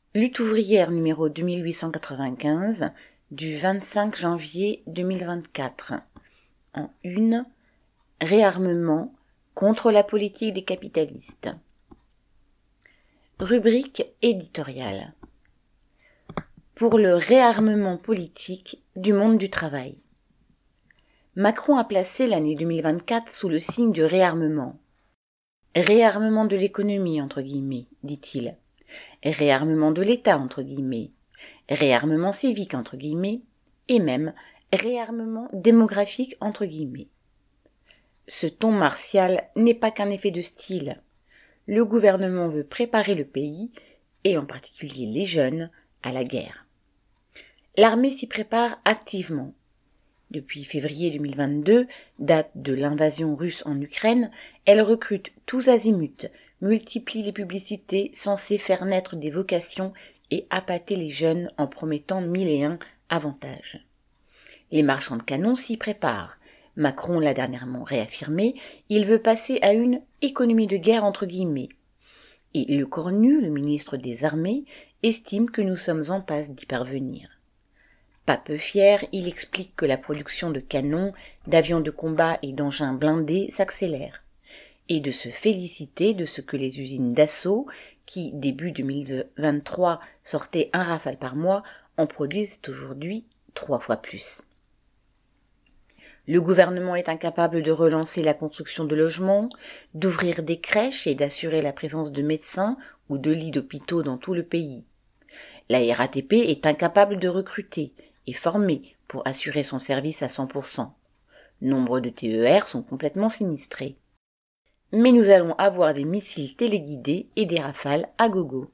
Lutte ouvrière numéro 2895 du 25 janvier 2024. En une, réarmement contre la politique des capitalistes. Rubrique éditoriale. Pour le réarmement politique du monde du travail. Macron a placé l'année 2024 sous le signe du réarmement. Réarmement de l'économie, entre guillemets, dit-il. Réarmement de l'État, entre guillemets. Réarmement civique, entre guillemets. Et même réarmement démographique, entre guillemets. Ce ton martial n'est pas qu'un effet de style. Le gouvernement veut préparer le pays, et en particulier les jeunes, à la guerre. L'armée s'y prépare activement. Depuis février 2022, date de l'invasion russe en Ukraine, elle recrute tous azimuts, multiplie les publicités censées faire naître des vocations et appâter les jeunes en promettant 1001 avantages. Les marchands de canons s'y préparent. Macron l'a dernièrement réaffirmé, il veut passer à une économie de guerre entre guillemets. Et Le Cornu, le ministre des Armées, estime que nous sommes en passe d'y parvenir. Pas peu fier, il explique que la production de canons, d'avions de combat et d'engins blindés s'accélère, et de se féliciter de ce que les usines Dassault, qui début 2023 sortaient un Rafale par mois, en produisent aujourd'hui 3 fois plus. Le gouvernement est incapable de relancer la construction de logements, d'ouvrir des crèches et d'assurer la présence de médecins ou de lits d'hôpitaux dans tout le pays. La RATP est incapable de recruter et former pour assurer son service à 100%. Nombre de TER sont complètement sinistrés. Mais nous allons avoir des missiles téléguidés et des rafales à gogo.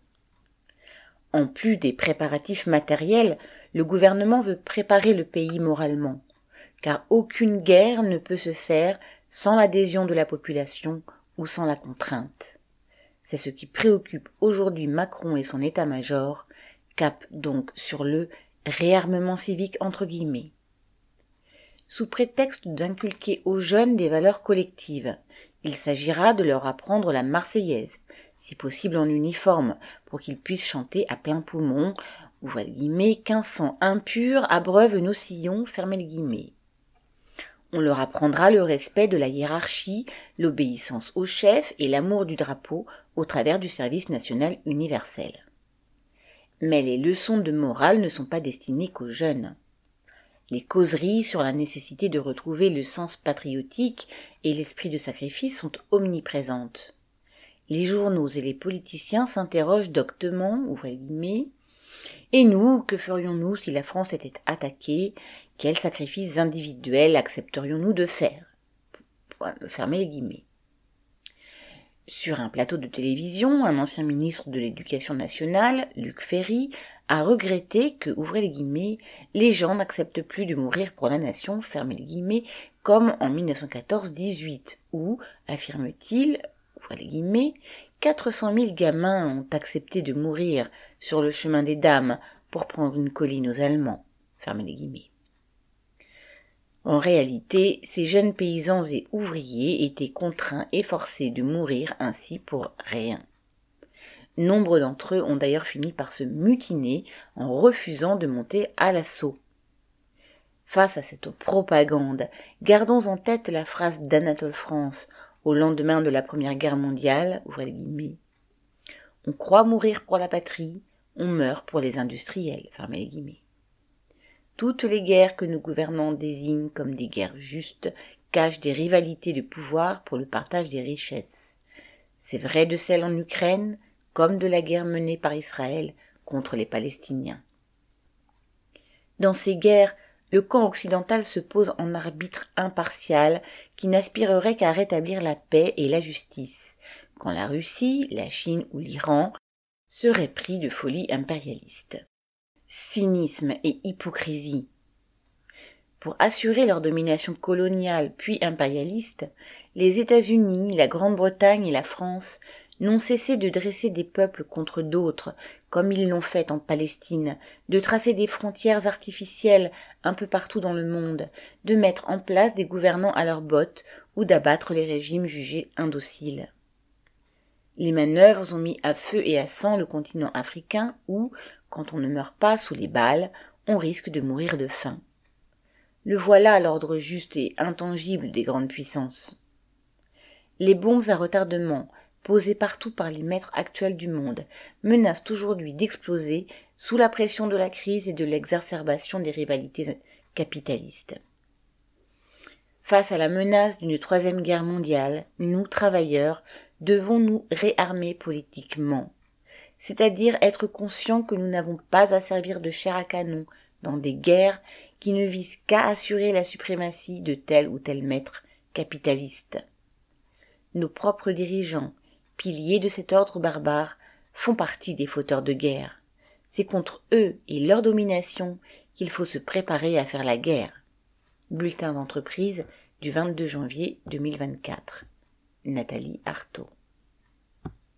En plus des préparatifs matériels, le gouvernement veut préparer le pays moralement, car aucune guerre ne peut se faire sans l'adhésion de la population ou sans la contrainte. C'est ce qui préoccupe aujourd'hui Macron et son état-major, cap donc sur le réarmement civique entre guillemets. Sous prétexte d'inculquer aux jeunes des valeurs collectives, il s'agira de leur apprendre la Marseillaise, si possible en uniforme, pour qu'ils puissent chanter à plein poumon, ouvrez les guillemets, qu'un sang impur abreuve nos sillons, fermez les guillemets. On leur apprendra le respect de la hiérarchie, l'obéissance au chef et l'amour du drapeau au travers du service national universel. Mais les leçons de morale ne sont pas destinées qu'aux jeunes. Les causeries sur la nécessité de retrouver le sens patriotique et l'esprit de sacrifice sont omniprésentes. Les journaux et les politiciens s'interrogent doctement, ouvrez les guillemets, et nous, que ferions-nous si la France était attaquée? Quels sacrifices individuels accepterions-nous de faire? Fermez les guillemets. Sur un plateau de télévision, un ancien ministre de l'Éducation nationale, Luc Ferry, a regretté que, ouvrez les guillemets, les gens n'acceptent plus de mourir pour la nation, fermez les guillemets, comme en 1914-18, où, affirme-t-il, ouvrez les guillemets, 400 000 gamins ont accepté de mourir sur le chemin des dames pour prendre une colline aux Allemands, fermez les guillemets. En réalité, ces jeunes paysans et ouvriers étaient contraints et forcés de mourir ainsi pour rien. Nombre d'entre eux ont d'ailleurs fini par se mutiner en refusant de monter à l'assaut. Face à cette propagande, gardons en tête la phrase d'Anatole France au lendemain de la Première Guerre mondiale, ouvrez les guillemets. On croit mourir pour la patrie, on meurt pour les industriels, fermez les guillemets. Toutes les guerres que nos gouvernants désignent comme des guerres justes cachent des rivalités de pouvoir pour le partage des richesses. C'est vrai de celle en Ukraine, comme de la guerre menée par Israël contre les Palestiniens. Dans ces guerres, le camp occidental se pose en arbitre impartial qui n'aspirerait qu'à rétablir la paix et la justice, quand la Russie, la Chine ou l'Iran seraient pris de folie impérialiste. Cynisme et hypocrisie. Pour assurer leur domination coloniale puis impérialiste, les États-Unis, la Grande-Bretagne et la France n'ont cessé de dresser des peuples contre d'autres, comme ils l'ont fait en Palestine, de tracer des frontières artificielles un peu partout dans le monde, de mettre en place des gouvernants à leurs bottes ou d'abattre les régimes jugés indociles. Les manœuvres ont mis à feu et à sang le continent africain où, quand on ne meurt pas sous les balles, on risque de mourir de faim. Le voilà l'ordre juste et intangible des grandes puissances. Les bombes à retardement, posées partout par les maîtres actuels du monde, menacent aujourd'hui d'exploser sous la pression de la crise et de l'exacerbation des rivalités capitalistes. Face à la menace d'une troisième guerre mondiale, nous, travailleurs, devons nous réarmer politiquement, c'est-à-dire être conscients que nous n'avons pas à servir de chair à canon dans des guerres qui ne visent qu'à assurer la suprématie de tel ou tel maître capitaliste. Nos propres dirigeants, piliers de cet ordre barbare, font partie des fauteurs de guerre. C'est contre eux et leur domination qu'il faut se préparer à faire la guerre. Bulletin d'entreprise du 22 janvier 2024. Nathalie Arthaud.